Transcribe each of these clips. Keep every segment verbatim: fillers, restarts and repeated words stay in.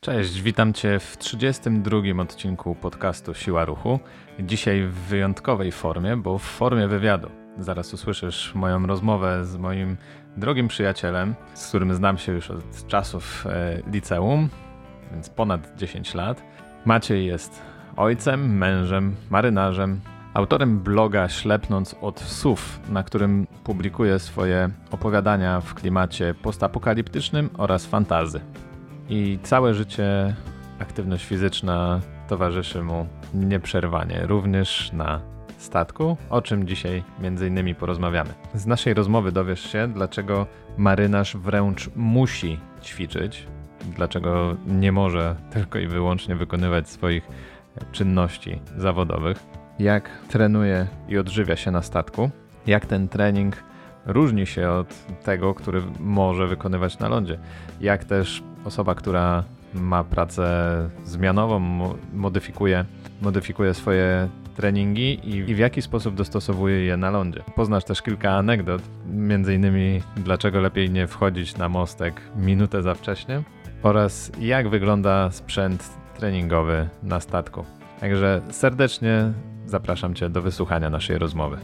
Cześć, witam Cię w trzydziestym drugim odcinku podcastu Siła Ruchu. Dzisiaj w wyjątkowej formie, bo w formie wywiadu. Zaraz usłyszysz moją rozmowę z moim drogim przyjacielem, z którym znam się już od czasów e, liceum, więc ponad dziesięć lat. Maciej jest ojcem, mężem, marynarzem, autorem bloga Ślepnąc od Sów, na którym publikuje swoje opowiadania w klimacie postapokaliptycznym oraz fantasy. I całe życie aktywność fizyczna towarzyszy mu nieprzerwanie, również na statku, o czym dzisiaj między innymi porozmawiamy. Z naszej rozmowy dowiesz się, dlaczego marynarz wręcz musi ćwiczyć, dlaczego nie może tylko i wyłącznie wykonywać swoich czynności zawodowych, jak trenuje i odżywia się na statku, jak ten trening różni się od tego, który może wykonywać na lądzie. Jak też osoba, która ma pracę zmianową, modyfikuje, modyfikuje swoje treningi i, i w jaki sposób dostosowuje je na lądzie. Poznasz też kilka anegdot, między innymi dlaczego lepiej nie wchodzić na mostek minutę za wcześnie oraz jak wygląda sprzęt treningowy na statku. Także serdecznie zapraszam Cię do wysłuchania naszej rozmowy.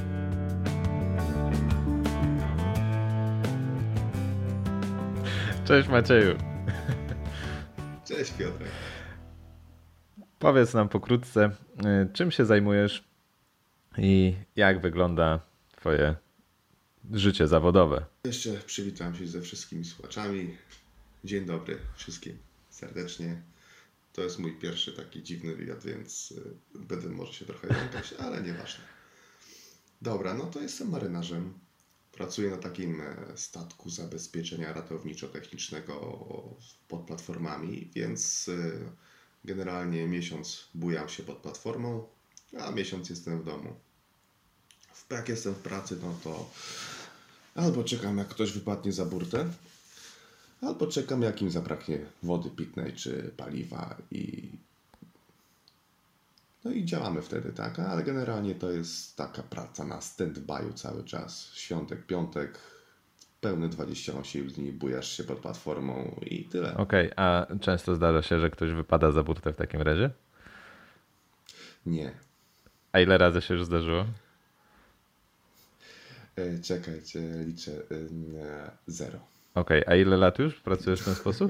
Cześć Macieju. Cześć Piotrek. Powiedz nam pokrótce, czym się zajmujesz i jak wygląda Twoje życie zawodowe. Jeszcze przywitam się ze wszystkimi słuchaczami. Dzień dobry wszystkim serdecznie. To jest mój pierwszy taki dziwny wywiad, więc będę może się trochę jąkać, ale nieważne. Dobra, no to jestem marynarzem. Pracuję na takim statku zabezpieczenia ratowniczo-technicznego pod platformami, więc generalnie miesiąc bujam się pod platformą, a miesiąc jestem w domu. Jak jestem w pracy, no to albo czekam, jak ktoś wypadnie za burtę, albo czekam, jak im zabraknie wody pitnej czy paliwa i no i działamy wtedy, tak? Ale generalnie to jest taka praca na stand-by'u cały czas. Świątek, piątek, pełne dwadzieścia osiem dni, bujasz się pod platformą i tyle. Okej, okay, a często zdarza się, że ktoś wypada za burtę w takim razie? Nie. A ile razy się już zdarzyło? E, czekajcie, liczę. E, zero. Okej, okay, a ile lat już pracujesz w ten sposób?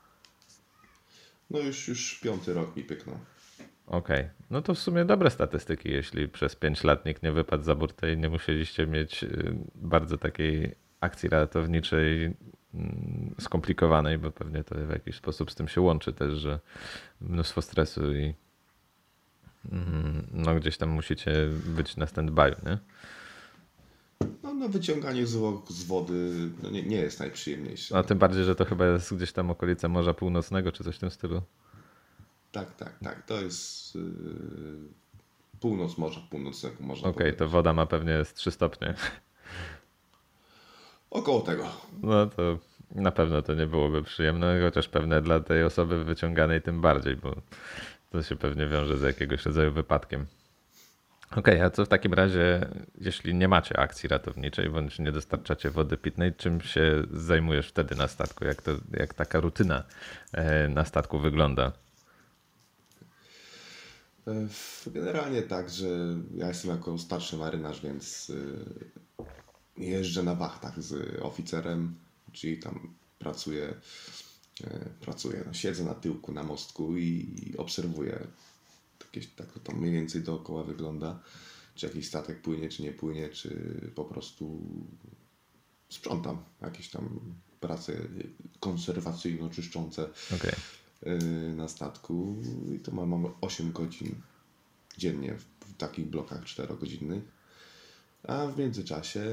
No już, już piąty rok mi pyknął. Okej, okay. No to w sumie dobre statystyki, jeśli przez pięć lat nikt nie wypadł za burtę i nie musieliście mieć bardzo takiej akcji ratowniczej skomplikowanej, bo pewnie to w jakiś sposób z tym się łączy też, że mnóstwo stresu i no gdzieś tam musicie być na stand-by, nie? No, no wyciąganie zwłok z wody no nie, nie jest najprzyjemniejsze. A tym bardziej, że to chyba jest gdzieś tam okolice Morza Północnego czy coś w tym stylu. Tak, tak, tak. To jest yy, północ Morza Północnego, można Okej, powiedzieć. to woda ma pewnie z trzy stopnie. Około tego. No to na pewno to nie byłoby przyjemne, chociaż pewnie dla tej osoby wyciąganej tym bardziej, bo to się pewnie wiąże z jakiegoś rodzaju wypadkiem. Okej, okay, a co w takim razie, jeśli nie macie akcji ratowniczej, bądź nie dostarczacie wody pitnej, czym się zajmujesz wtedy na statku? Jak, to, jak taka rutyna na statku wygląda? Generalnie tak, że ja jestem jako starszy marynarz, więc jeżdżę na wachtach z oficerem, czyli tam pracuję, pracuję no, siedzę na tyłku na mostku i obserwuję, jakieś, tak to tam mniej więcej dookoła wygląda, czy jakiś statek płynie, czy nie płynie, czy po prostu sprzątam jakieś tam prace konserwacyjno-czyszczące. Okay. Na statku i to mam, mam osiem godzin dziennie w takich blokach czterogodzinnych, a w międzyczasie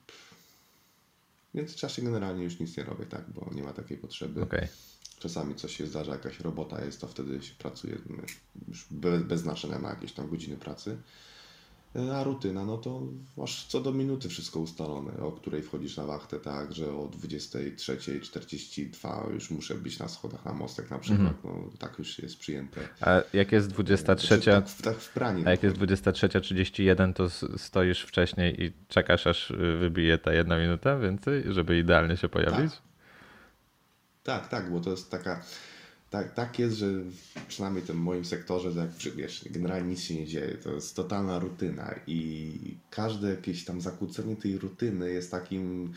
w międzyczasie generalnie już nic nie robię, tak, bo nie ma takiej potrzeby. Okay. Czasami coś się zdarza, jakaś robota jest, to wtedy się pracuje już bez, bez znaczenia na jakieś tam godziny pracy. A rutyna, no to masz co do minuty wszystko ustalone, o której wchodzisz na wachtę, tak, że o dwudziestej trzeciej czterdzieści dwa już muszę być na schodach na mostek na przykład, mm-hmm. no tak już jest przyjęte. A jak jest dwudziesta trzecia, tak, tak w praniu, a jak jest dwudziesta trzecia trzydzieści jeden, to stoisz wcześniej i czekasz, aż wybije ta jedna minuta więcej, żeby idealnie się pojawić? Tak, tak, tak, bo to jest taka tak, tak jest, że przynajmniej w tym moim sektorze, że jak wiesz, generalnie nic się nie dzieje, to jest totalna rutyna i każde jakieś tam zakłócenie tej rutyny jest takim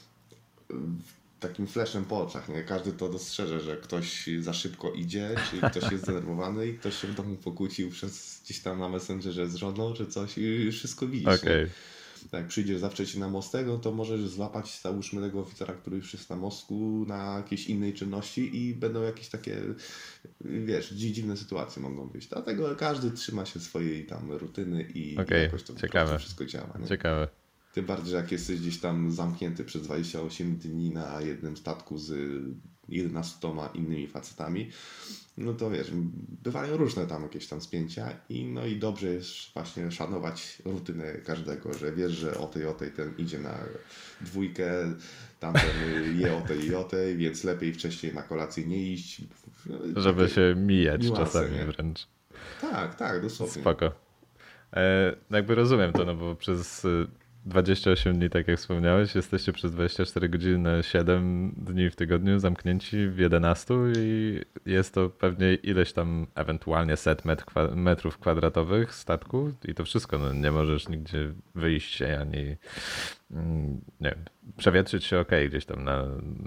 takim fleszem po oczach, nie? Każdy to dostrzeże, że ktoś za szybko idzie, czy ktoś jest zdenerwowany i ktoś się w domu pokłócił przez gdzieś tam na Messengerze z żoną, czy coś i już wszystko widzisz. Okay. Jak przyjdziesz zawsze ci na mostek, no to możesz złapać, załóżmy, tego oficera, który już jest na mostku, na jakiejś innej czynności i będą jakieś takie, wiesz, dziwne sytuacje mogą być. Dlatego każdy trzyma się swojej tam rutyny i okay. jakoś to Ciekawe. po prostu wszystko działa. Nie? Ciekawe. Tym bardziej, że jak jesteś gdzieś tam zamknięty przez dwadzieścia osiem dni na jednym statku z jedenastoma innymi facetami, no to wiesz, bywają różne tam jakieś tam spięcia i no i dobrze jest właśnie szanować rutynę każdego, że wiesz, że o tej, o tej ten idzie na dwójkę, tamten je o tej i o tej, więc lepiej wcześniej na kolację nie iść. No, żeby się mijać niuanse, czasami nie? wręcz. Tak, tak, dosłownie. Spoko. E, jakby rozumiem to, no bo przez dwadzieścia osiem dni, tak jak wspomniałeś, jesteście przez dwadzieścia cztery godziny, siedem dni w tygodniu zamknięci w jedenastu i jest to pewnie ileś tam ewentualnie set metr, metrów kwadratowych statku i to wszystko, no nie możesz nigdzie wyjść się ani nie wiem, przewietrzyć się okej, okay, gdzieś tam na,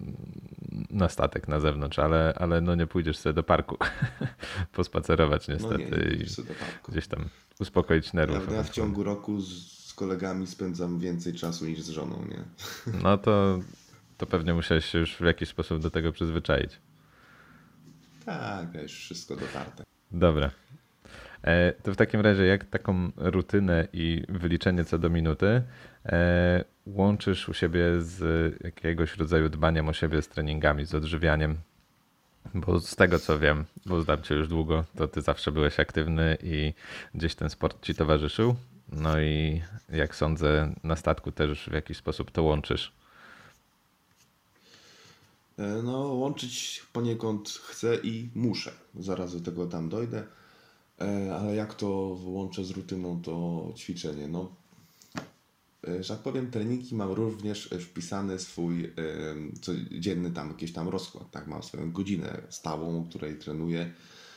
na statek na zewnątrz, ale, ale no nie pójdziesz sobie do parku pospacerować niestety no nie, nie i do parku. Gdzieś tam uspokoić nerwów. Ja, ja w ciągu roku z Z kolegami spędzam więcej czasu niż z żoną, nie? No to, to pewnie musiałeś się już w jakiś sposób do tego przyzwyczaić. Tak, już wszystko dotarte. Dobra. E, to w takim razie jak taką rutynę i wyliczenie co do minuty e, łączysz u siebie z jakiegoś rodzaju dbaniem o siebie z treningami, z odżywianiem? Bo z tego co wiem, bo znam cię już długo, to ty zawsze byłeś aktywny i gdzieś ten sport ci towarzyszył. No i jak sądzę, na statku też w jakiś sposób to łączysz. No, łączyć poniekąd chcę i muszę. Zaraz do tego tam dojdę. Ale jak to łączę z rutyną, to ćwiczenie. No, że tak powiem, treningi mam również wpisany swój codzienny tam jakiś tam rozkład. Tak, mam swoją godzinę stałą, o której trenuję.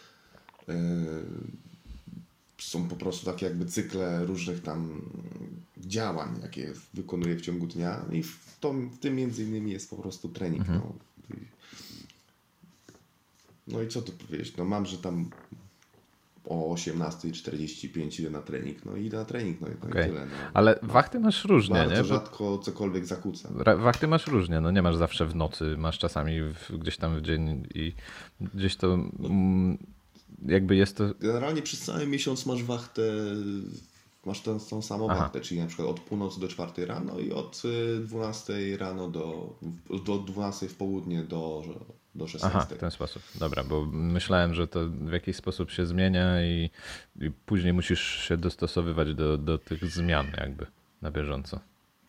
Są po prostu takie jakby cykle różnych tam działań, jakie wykonuję w ciągu dnia i w, to, w tym między innymi jest po prostu trening. Mhm. No. no i co tu powiedzieć, no mam, że tam o osiemnasta czterdzieści pięć idę na trening, no i idę na trening, no, no okay. i tyle. No. Ale wachty masz różnie, bardzo nie? Bardzo rzadko cokolwiek zakłóca. Wachty masz różnie, no nie masz zawsze w nocy, masz czasami w, gdzieś tam w dzień i gdzieś to... Mm, jakby jest to... Generalnie przez cały miesiąc masz wachtę, masz tę, tą samą Aha. wachtę, czyli na przykład od północy do czwartej rano i od dwunastej rano do, do dwunastej w południe do, do szesnastej. Aha, w ten sposób. Dobra, bo myślałem, że to w jakiś sposób się zmienia i, i później musisz się dostosowywać do, do tych zmian jakby na bieżąco.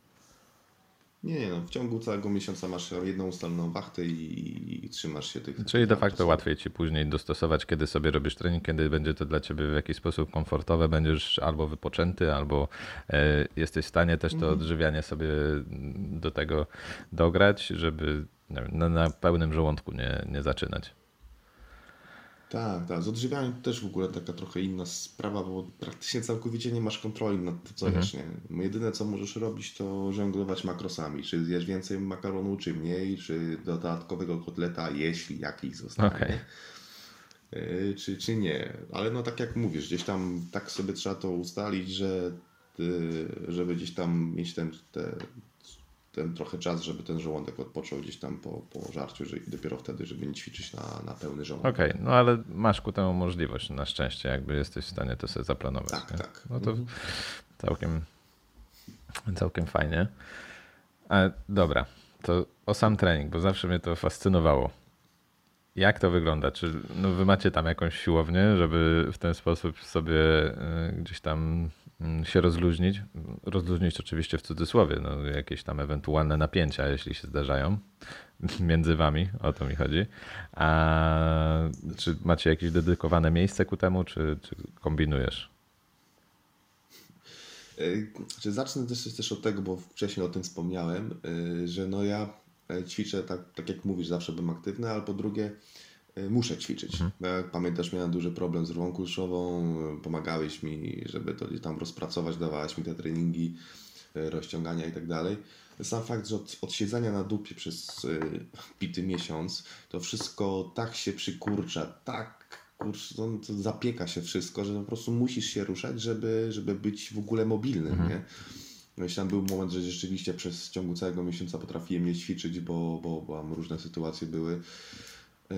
Nie, nie, no, w ciągu całego miesiąca masz jedną ustaloną wachtę i, i trzymasz się tych... Czyli de facto łatwiej ci później dostosować, kiedy sobie robisz trening, kiedy będzie to dla ciebie w jakiś sposób komfortowe, będziesz albo wypoczęty, albo e, jesteś w stanie też to mhm. odżywianie sobie do tego dograć, żeby nie wiem, na, na pełnym żołądku nie, nie zaczynać. Tak, tak. Z odżywianiem też w ogóle taka trochę inna sprawa, bo praktycznie całkowicie nie masz kontroli nad tym, co mhm. jesz, nie? Jedyne, co możesz robić, to żonglować makrosami. Czy zjesz więcej makaronu, czy mniej, czy dodatkowego kotleta, jeśli jakiś zostanie. Okay. Yy, czy, czy nie. Ale no tak jak mówisz, gdzieś tam tak sobie trzeba to ustalić, że yy, żeby gdzieś tam mieć ten... Te, ten trochę czas, żeby ten żołądek odpoczął gdzieś tam po, po żarciu, że dopiero wtedy, żeby nie ćwiczyć na, na pełny żołądek. Okej, okay, no ale masz ku temu możliwość, na szczęście, jakby jesteś w stanie to sobie zaplanować. Tak, nie? tak. No to mhm. całkiem, całkiem fajnie. A, dobra, to o sam trening, bo zawsze mnie to fascynowało. Jak to wygląda? Czy no wy macie tam jakąś siłownię, żeby w ten sposób sobie y, gdzieś tam y, się rozluźnić? Rozluźnić oczywiście w cudzysłowie, no, jakieś tam ewentualne napięcia, jeśli się zdarzają między wami, o to mi chodzi. A czy macie jakieś dedykowane miejsce ku temu, czy, czy kombinujesz? Czy zacznę też, też od tego, bo wcześniej o tym wspomniałem, że no ja ćwiczę tak, tak jak mówisz, zawsze byłem aktywny, ale po drugie Muszę ćwiczyć. Mhm. Bo jak pamiętasz, miałem duży problem z rurą kulszową, pomagałeś mi, żeby to gdzieś tam rozpracować, dawałeś mi te treningi, rozciągania i tak dalej. Sam fakt, że od, od siedzenia na dupie przez y, bity miesiąc, to wszystko tak się przykurcza, tak kurcz, to, to zapieka się wszystko, że po prostu musisz się ruszać, żeby, żeby być w ogóle mobilnym, Mhm. nie? No i tam był moment, że rzeczywiście przez w ciągu całego miesiąca potrafiłem nie ćwiczyć, bo, bo, bo tam różne sytuacje były. Yy,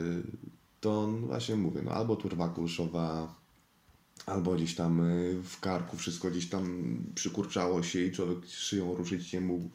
to no właśnie mówię, no albo turba kulszowa, albo gdzieś tam yy, w karku wszystko gdzieś tam przykurczało się i człowiek szyją ruszyć nie mógł.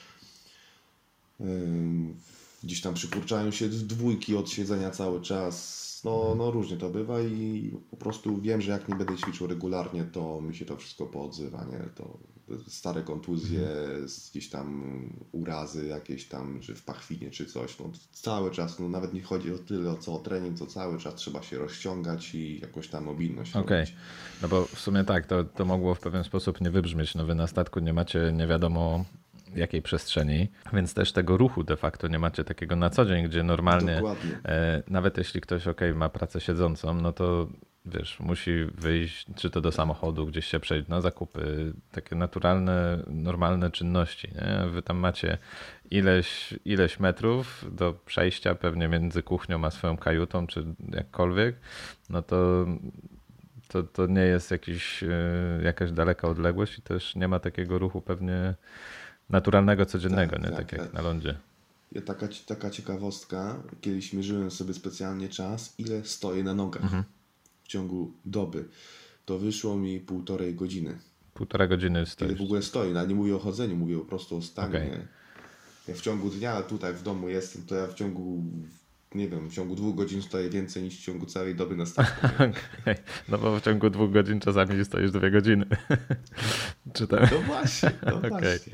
Yy, gdzieś tam przykurczają się dwójki od siedzenia cały czas. No, no różnie to bywa i po prostu wiem, że jak nie będę ćwiczył regularnie, to mi się to wszystko poodzywa, nie? To stare kontuzje, gdzieś tam urazy jakieś tam, czy w pachwinie, czy coś. No, cały czas, no, nawet nie chodzi o tyle o co o trening, to cały czas trzeba się rozciągać i jakąś tam mobilność Okej, robić. no bo w sumie tak, to, to mogło w pewien sposób nie wybrzmieć. No wy na statku nie macie nie wiadomo jakiej przestrzeni, więc też tego ruchu de facto nie macie takiego na co dzień, gdzie normalnie, Dokładnie. e, nawet jeśli ktoś ok, ma pracę siedzącą, no to wiesz, musi wyjść czy to do samochodu, gdzieś się przejść na zakupy, takie naturalne, normalne czynności, nie? Wy tam macie ileś, ileś metrów do przejścia pewnie między kuchnią a swoją kajutą, czy jakkolwiek, no to to, to nie jest jakiś, e, jakaś daleka odległość i też nie ma takiego ruchu pewnie naturalnego, codziennego, Tak, nie? tak, Tak jak tak. na lądzie. Ja taka, taka ciekawostka, kiedyś mierzyłem sobie specjalnie czas, ile stoję na nogach Mhm. w ciągu doby. To wyszło mi półtorej godziny. Półtora godziny Kiedy stoisz. w ogóle stoję, no, nie mówię o chodzeniu, mówię po prostu o stanie. Okej. Nie? Ja w ciągu dnia tutaj w domu jestem, to ja w ciągu, nie wiem, w ciągu dwóch godzin stoję więcej niż w ciągu całej doby na statku. nie? Okej. No bo w ciągu dwóch godzin czasami stoisz dwie godziny. Czy tam? No właśnie, no Okej. właśnie.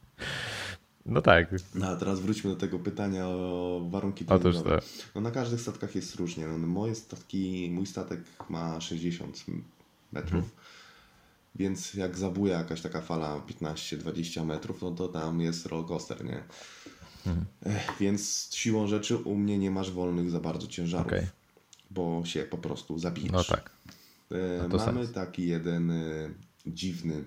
No tak. No a teraz wróćmy do tego pytania o warunki Otóż treningowe. to. No na każdych statkach jest różnie. No, moje statki, mój statek ma sześćdziesiąt metrów. Mhm. Więc jak zabuja jakaś taka fala piętnaście dwadzieścia metrów, no to tam jest roller coaster, nie? Mhm. Ech, więc siłą rzeczy u mnie nie masz wolnych za bardzo ciężarów, Okej. bo się po prostu zabijasz. No tak. E, Ma to Mamy sens. taki jeden e, dziwny,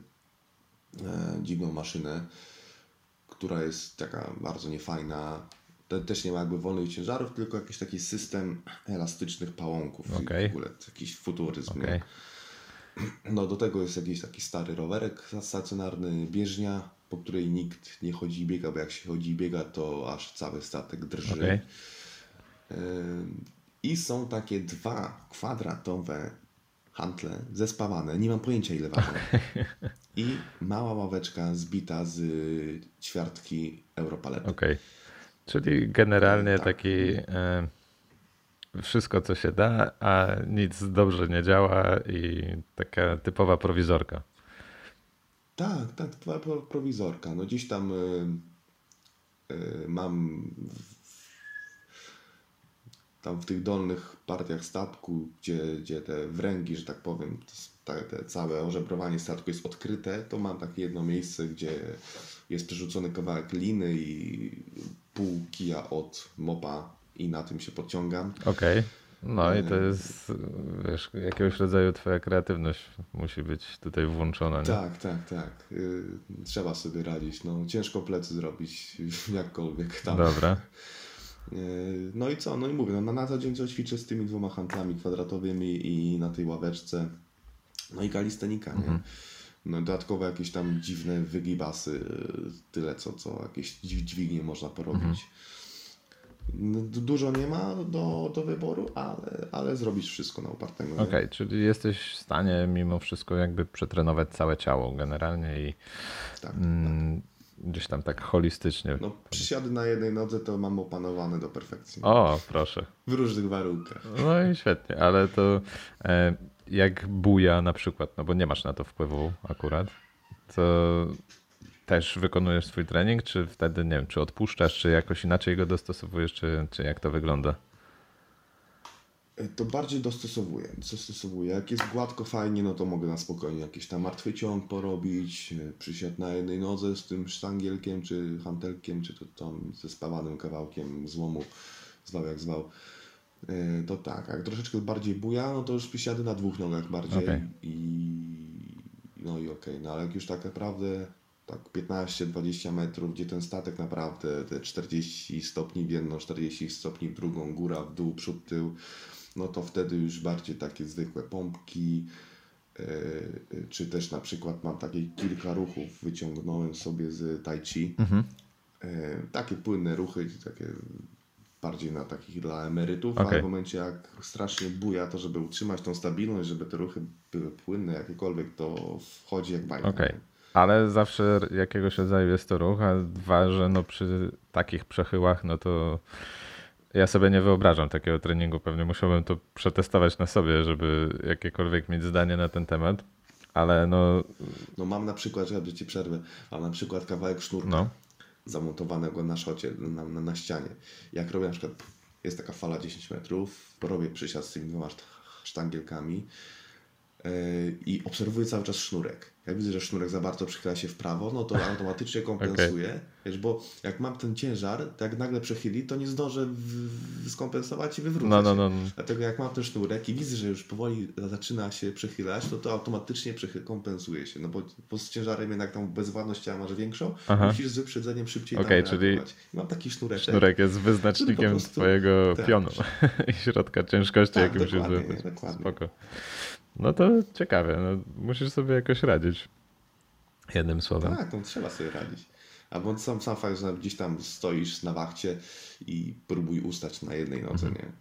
e, dziwną maszynę, która jest taka bardzo niefajna. To też nie ma jakby wolnych ciężarów, tylko jakiś taki system elastycznych pałąków. Okej. W ogóle jakiś futuryzm. Okej. Nie? No do tego jest jakiś taki stary rowerek stacjonarny, bieżnia, po której nikt nie chodzi i biega, bo jak się chodzi i biega, to aż cały statek drży. Okej. Ym, I są takie dwa kwadratowe hantle zespawane, nie mam pojęcia ile ważą. I mała ławeczka zbita z y, ćwiartki Europalety. Okej. Czyli generalnie tak. taki e, wszystko co się da, a nic dobrze nie działa i taka typowa prowizorka. Tak, tak, to była pro- prowizorka. No gdzieś tam y, y, mam tam w tych dolnych partiach statku, gdzie, gdzie te wręgi, że tak powiem, to s- te, te całe ożebrowanie statku jest odkryte, to mam takie jedno miejsce, gdzie jest przerzucony kawałek liny i pół kija od mopa i na tym się podciągam. Okej. No i to Em, jest, wiesz, jakiegoś rodzaju twoja kreatywność musi być tutaj włączona, nie? Tak, tak, tak. Y, trzeba sobie radzić. No, ciężko plecy zrobić jakkolwiek tam. Dobra. Y, No i co? No i mówię, no, na, na co dzień co ćwiczę z tymi dwoma handlami kwadratowymi i na tej ławeczce. No i kalistenika, nie? Mhm. No, dodatkowo jakieś tam dziwne wygibasy, y, tyle co, co jakieś dź- dźwignie można porobić. Mhm. No, du- dużo nie ma do, do wyboru, ale, ale zrobisz wszystko na upartego. nie? Okej, czyli jesteś w stanie mimo wszystko jakby przetrenować całe ciało generalnie i Tak. mm, gdzieś tam tak holistycznie. No, przysiady na jednej nodze to mam opanowane do perfekcji. O, proszę. W różnych warunkach. No i świetnie, ale to e, jak buja na przykład, no bo nie masz na to wpływu akurat, to też wykonujesz swój trening, czy wtedy, nie wiem, czy odpuszczasz, czy jakoś inaczej go dostosowujesz, czy, czy jak to wygląda? To bardziej dostosowuję. dostosowuję. Jak jest gładko, fajnie, no to mogę na spokojnie jakiś tam martwy ciąg porobić, przysiad na jednej nodze z tym sztangielkiem, czy hantelkiem, czy to tam ze spawanym kawałkiem złomu, zwał jak zwał. Yy, to tak, jak troszeczkę bardziej buja, no to już przysiady na dwóch nogach bardziej Okej. i no i okej, no ale jak już tak naprawdę tak piętnaście dwadzieścia metrów, gdzie ten statek naprawdę te czterdzieści stopni w jedną, czterdzieści stopni w drugą, góra, w dół, przód, tył, no to wtedy już bardziej takie zwykłe pompki, yy, yy, czy też na przykład mam takie kilka ruchów, wyciągnąłem sobie z tai chi, Mhm. yy, takie płynne ruchy, takie bardziej na takich dla emerytów, ale Okej. w momencie jak strasznie buja, to żeby utrzymać tą stabilność, żeby te ruchy były płynne jakiekolwiek, to wchodzi jak bajka. Okej. nie? Ale zawsze jakiegoś rodzaju jest to ruch, a dwa, że no przy takich przechyłach, no to ja sobie nie wyobrażam takiego treningu. Pewnie musiałbym to przetestować na sobie, żeby jakiekolwiek mieć zdanie na ten temat. Ale no, No mam na przykład, żeby ci przerwę, mam na przykład kawałek sznurka no, zamontowanego na szocie, na, na, na ścianie. Jak robię na przykład, jest taka fala dziesięć metrów, robię przysiad z tymi dwoma szt- sztangielkami, yy, i obserwuję cały czas sznurek. Jak widzę, że sznurek za bardzo przychyla się w prawo, no to automatycznie kompensuję. Wiesz, bo jak mam ten ciężar, to jak nagle przechyli, to nie zdążę w- skompensować i wywrócę no, no, się. no. Dlatego jak mam ten sznurek i widzę, że już powoli zaczyna się przechylać, to to automatycznie przechy- kompensuje się. No bo, bo z ciężarem jednak tą bezwładność ciała masz większą, Aha. musisz z wyprzedzeniem szybciej Okej, tam czyli reagować. I mam taki sznureczek. Sznurek jest wyznacznikiem prostu- twojego tak. pionu i środka ciężkości, Tak, jakim się dokładnie, złapać. dokładnie. Spoko. No to ciekawe, no, musisz sobie jakoś radzić. Jednym słowem. Tak, no trzeba sobie radzić. Albo sam, sam fakt, że gdzieś tam stoisz na wachcie i próbuj ustać na jednej nodze, Mhm. nie?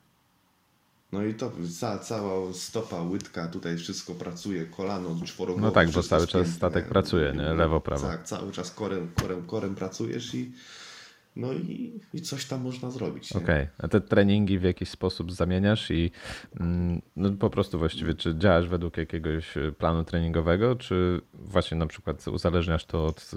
No i to ca, cała stopa, łydka, tutaj wszystko pracuje, kolano, czworonogi. No tak, bo wszystko cały czas spięte, statek pracuje, nie? Lewo, prawo. Tak, cały czas korem, korem, korem pracujesz i no i, i coś tam można zrobić. nie? Okej, a te treningi w jakiś sposób zamieniasz i mm, no po prostu właściwie, czy działasz według jakiegoś y, planu treningowego, czy właśnie na przykład uzależniasz to od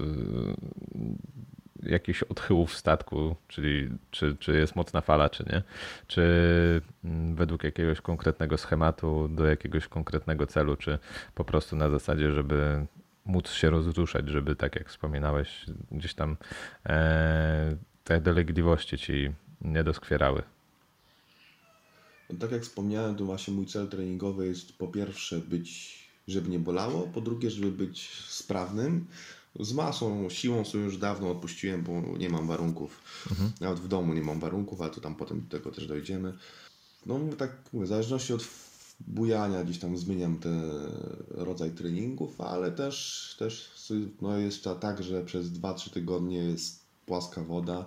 y, jakichś odchyłów w statku, czyli czy, czy jest mocna fala, czy nie, czy mm, według jakiegoś konkretnego schematu do jakiegoś konkretnego celu, czy po prostu na zasadzie, żeby móc się rozruszać, żeby tak jak wspominałeś, gdzieś tam e, te dolegliwości ci nie doskwierały. No, tak jak wspomniałem, to właśnie mój cel treningowy jest po pierwsze być, żeby nie bolało, po drugie, żeby być sprawnym. Z masą, siłą sobie już dawno odpuściłem, bo nie mam warunków. Mhm. Nawet w domu nie mam warunków, ale to tam potem do tego też dojdziemy. No mówię tak, mówię, w zależności od bujania gdzieś tam zmieniam ten rodzaj treningów, ale też, też no jest to tak, że przez dwa trzy tygodnie jest płaska woda.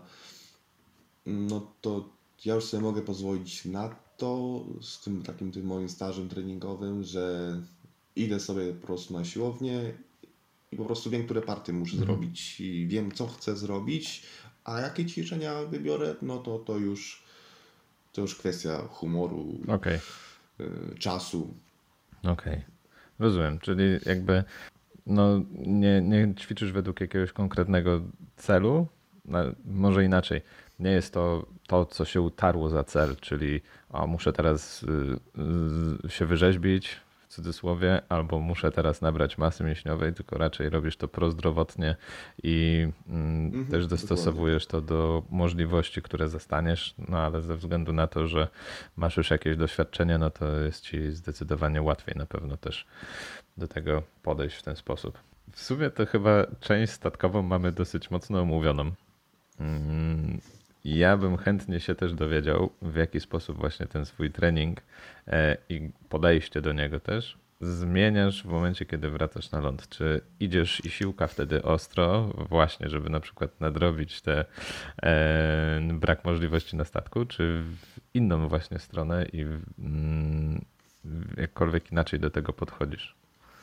No to ja już sobie mogę pozwolić na to z tym takim tym moim stażem treningowym, że idę sobie po prostu na siłownię i po prostu wiem, które partie muszę Mhm. zrobić i wiem, co chcę zrobić, a jakie ćwiczenia wybiorę, no to, to już to już kwestia humoru, Okej, y, czasu. okej. Rozumiem, czyli jakby no, nie, nie ćwiczysz według jakiegoś konkretnego celu, no, może inaczej. Nie jest to to, co się utarło za cel, czyli o, muszę teraz y, y, się wyrzeźbić, w cudzysłowie, albo muszę teraz nabrać masy mięśniowej, tylko raczej robisz to prozdrowotnie i mm, Mhm, też dostosowujesz to do możliwości, które zastaniesz, no ale ze względu na to, że masz już jakieś doświadczenie, no to jest ci zdecydowanie łatwiej na pewno też do tego podejść w ten sposób. W sumie to chyba część statkową mamy dosyć mocno omówioną. Mm, Ja bym chętnie się też dowiedział, w jaki sposób właśnie ten swój trening e, i podejście do niego też zmieniasz w momencie, kiedy wracasz na ląd. Czy idziesz i siłka wtedy ostro, właśnie, żeby na przykład nadrobić te e, brak możliwości na statku, czy w inną właśnie stronę i w, mm, jakkolwiek inaczej do tego podchodzisz?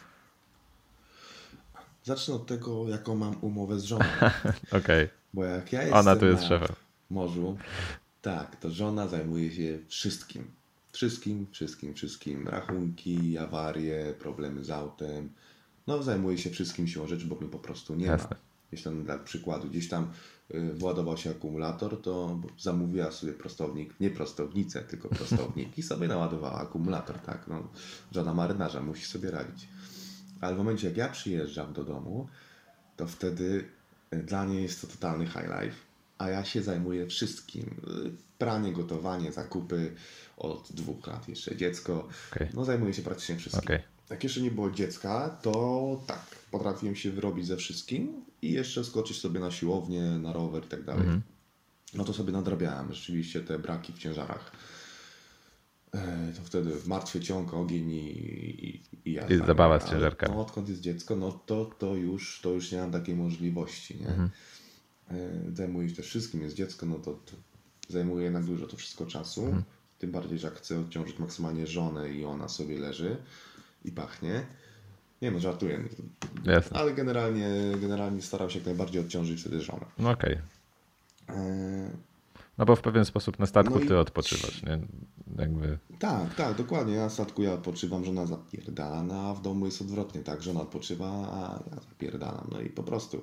Zacznę od tego, jaką mam umowę z żoną. Okej, Bo jak ja jestem ona tu jest na szefem. morzu, tak, to żona zajmuje się wszystkim. Wszystkim, wszystkim, wszystkim. Rachunki, awarie, problemy z autem. No, zajmuje się wszystkim siłą rzeczy, bo mnie po prostu nie Jasne. ma. Jeśli tam dla przykładu gdzieś tam y, władował się akumulator, to zamówiła sobie prostownik, nie prostownicę, tylko prostownik i sobie naładowała akumulator, tak. No, żona marynarza musi sobie radzić. Ale w momencie, jak ja przyjeżdżam do domu, to wtedy y, dla niej jest to totalny high life. a ja się zajmuję wszystkim. Pranie, gotowanie, zakupy, od dwóch lat jeszcze dziecko. Okay. No zajmuję się praktycznie wszystkim. Okay. Jak jeszcze nie było dziecka, to tak, potrafiłem się wyrobić ze wszystkim i jeszcze skoczyć sobie na siłownię, na rower i tak dalej. Mm-hmm. No to sobie nadrabiałem rzeczywiście te braki w ciężarach. To wtedy w martwy ciąg, ogień i, i, i ja. I zabawa z ciężarkami. No, odkąd jest dziecko, no to, to, już, to już nie mam takiej możliwości. Nie? Mhm. Zajmuję się też wszystkim, jest dziecko, no to, to zajmuje jednak dużo to wszystko czasu. Mhm. Tym bardziej, że jak chcę odciążyć maksymalnie żonę i ona sobie leży i pachnie. Nie no, żartuję. Jasne. Ale generalnie, generalnie staram się jak najbardziej odciążyć wtedy żonę. No okej. Okay. No bo w pewien sposób na statku no ty odpoczywasz, nie? Jakby... Tak, tak, dokładnie. Na statku ja odpoczywam, żona zapierdala, no, a w domu jest odwrotnie, tak? Żona odpoczywa, a ja zapierdalam. No i po prostu.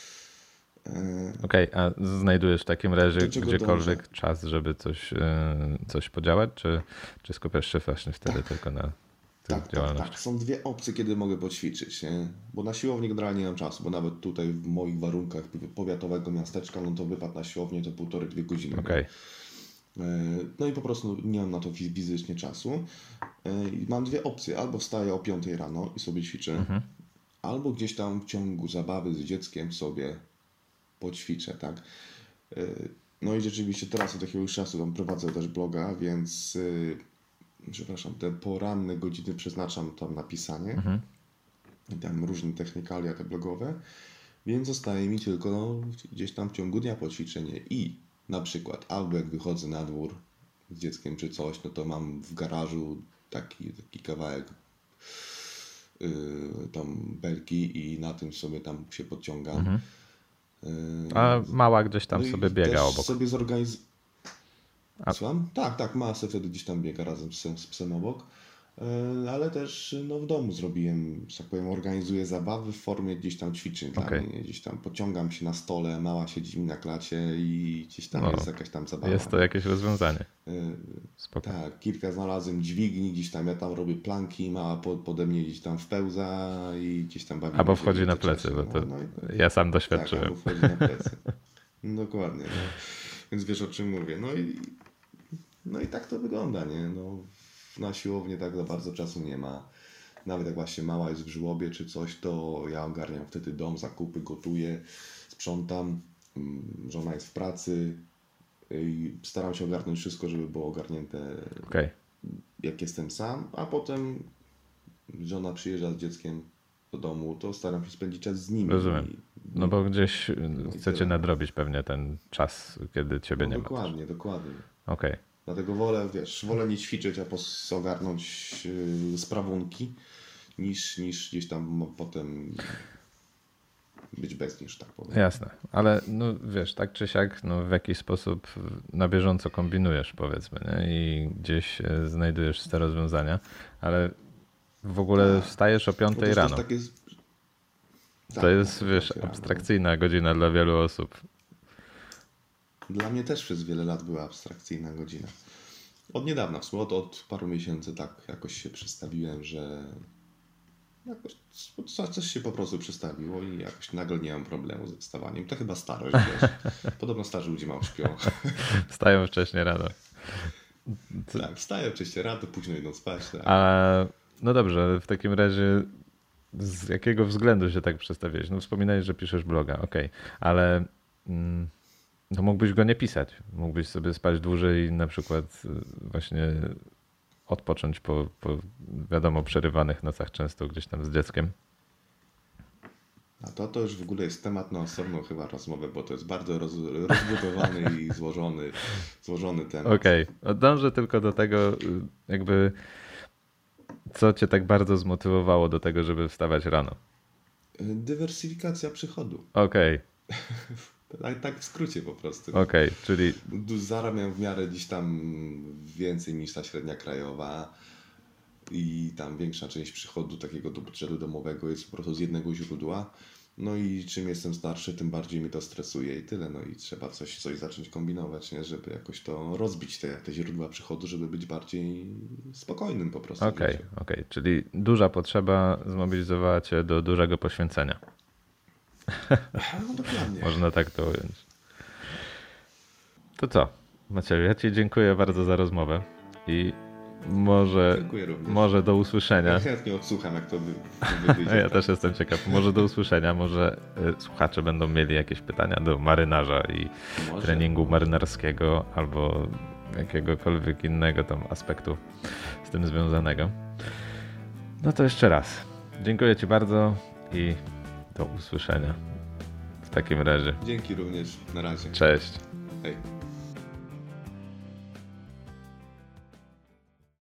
Okej, okay, a znajdujesz w takim razie gdziekolwiek dążę? Czas, żeby coś, coś podziałać, czy, czy skupiasz się właśnie wtedy tak. tylko na tak, działalności? Tak, tak. Są dwie opcje, kiedy mogę poćwiczyć, nie? Bo na siłowni generalnie nie mam czasu, bo nawet tutaj w moich warunkach powiatowego miasteczka, no to wypad na siłownię to półtorej, dwie godziny. Okay. No i po prostu nie mam na to fizycznie czasu. I mam dwie opcje, albo wstaję o piątej rano i sobie ćwiczę, mhm. albo gdzieś tam w ciągu zabawy z dzieckiem sobie poćwiczę, tak? No i rzeczywiście teraz od jakiegoś czasu tam prowadzę też bloga, więc przepraszam, te poranne godziny przeznaczam tam na pisanie. Mhm. Tam różne technikalia te blogowe, więc zostaje mi tylko no, gdzieś tam w ciągu dnia poćwiczenie i na przykład albo jak wychodzę na dwór z dzieckiem czy coś, no to mam w garażu taki, taki kawałek yy, tam belki i na tym sobie tam się podciągam. Mhm. A mała gdzieś tam no sobie biega obok. Sobie zorganiz... A... Słucham? Tak, tak, mała sobie wtedy gdzieś tam biega razem z psem, z psem obok. Ale też no, w domu zrobiłem, że tak powiem, organizuję zabawy w formie gdzieś tam ćwiczeń dla okay. mnie. Gdzieś tam pociągam się na stole, mała siedzi mi na klacie i gdzieś tam no, jest jakaś tam zabawa. Jest to jakieś rozwiązanie. Spoko. Tak, kilka znalazłem dźwigni, gdzieś tam ja tam robię planki, mała pode mnie gdzieś tam wpełza i gdzieś tam bawi. Albo wchodzi na plecy, bo to no, no ja sam doświadczyłem. Tak, albo wchodzi na plecy. No, dokładnie. No. Więc wiesz o czym mówię. No i, no i tak to wygląda, nie? No, na siłownię tak za bardzo czasu nie ma. Nawet jak właśnie mała jest w żłobie czy coś, to ja ogarniam wtedy dom, zakupy, gotuję, sprzątam. Żona jest w pracy i staram się ogarnąć wszystko, żeby było ogarnięte okay. jak jestem sam, a potem żona przyjeżdża z dzieckiem do domu, to staram się spędzić czas z nimi. Rozumiem. No bo gdzieś chcecie nadrobić pewnie ten czas, kiedy ciebie no nie dokładnie, ma. Dokładnie, dokładnie. Okej. Okay. Dlatego wolę, wiesz, wolę nie ćwiczyć, a ogarnąć yy, sprawunki, niż, niż gdzieś tam potem być bez niż tak powiem. Jasne, ale no wiesz, tak czy siak, no w jakiś sposób na bieżąco kombinujesz, powiedzmy, nie? I gdzieś znajdujesz te rozwiązania, ale w ogóle tak. wstajesz o piątej rano. Tak jest... To tak, jest, wiesz, abstrakcyjna rano. godzina dla wielu osób. Dla mnie też przez wiele lat była abstrakcyjna godzina. Od niedawna, w sumie od, od paru miesięcy tak jakoś się przestawiłem, że jakoś coś się po prostu przestawiło i jakoś nagle nie mam problemu ze wstawaniem. To chyba starość, wiesz. Podobno starzy ludzie mało śpią. Wstają wcześnie rano. Tak, wstają wcześnie rano, późno idą spać. Tak. A, no dobrze, w takim razie z jakiego względu się tak przestawiłeś? No wspominałeś, że piszesz bloga, okej, okay. ale... Mm, to mógłbyś go nie pisać. Mógłbyś sobie spać dłużej i na przykład właśnie odpocząć po, po wiadomo przerywanych nocach często gdzieś tam z dzieckiem. A to, to już w ogóle jest temat na osobną chyba rozmowę, bo to jest bardzo roz, rozbudowany i złożony, złożony temat. Okej, okay. Dążę tylko do tego jakby co cię tak bardzo zmotywowało do tego, żeby wstawać rano? Dywersyfikacja przychodu. Okej. Okay. Tak, tak w skrócie po prostu. Okej, okay, czyli... Zarabiam w miarę gdzieś tam więcej niż ta średnia krajowa i tam większa część przychodu takiego do budżetu domowego jest po prostu z jednego źródła. No i czym jestem starszy, tym bardziej mi to stresuje i tyle. No i trzeba coś, coś zacząć kombinować, nie? Żeby jakoś to rozbić te, te źródła przychodu, żeby być bardziej spokojnym po prostu. Okej, okay, okej, okay. Czyli duża potrzeba zmobilizowała cię do dużego poświęcenia. No dokładnie. Można tak to ująć. To co, Macieju, ja Ci dziękuję bardzo za rozmowę i może, Dziękuję również. może do usłyszenia. Ja chętnie odsłucham, jak to wy, wy wyjdzie. Ja też jestem ciekaw. Może do usłyszenia, może y, słuchacze będą mieli jakieś pytania do marynarza i Może. treningu marynarskiego albo jakiegokolwiek innego tam aspektu z tym związanego. No to jeszcze raz. Dziękuję Ci bardzo i do usłyszenia w takim razie. Dzięki również. Na razie. Cześć. Hej.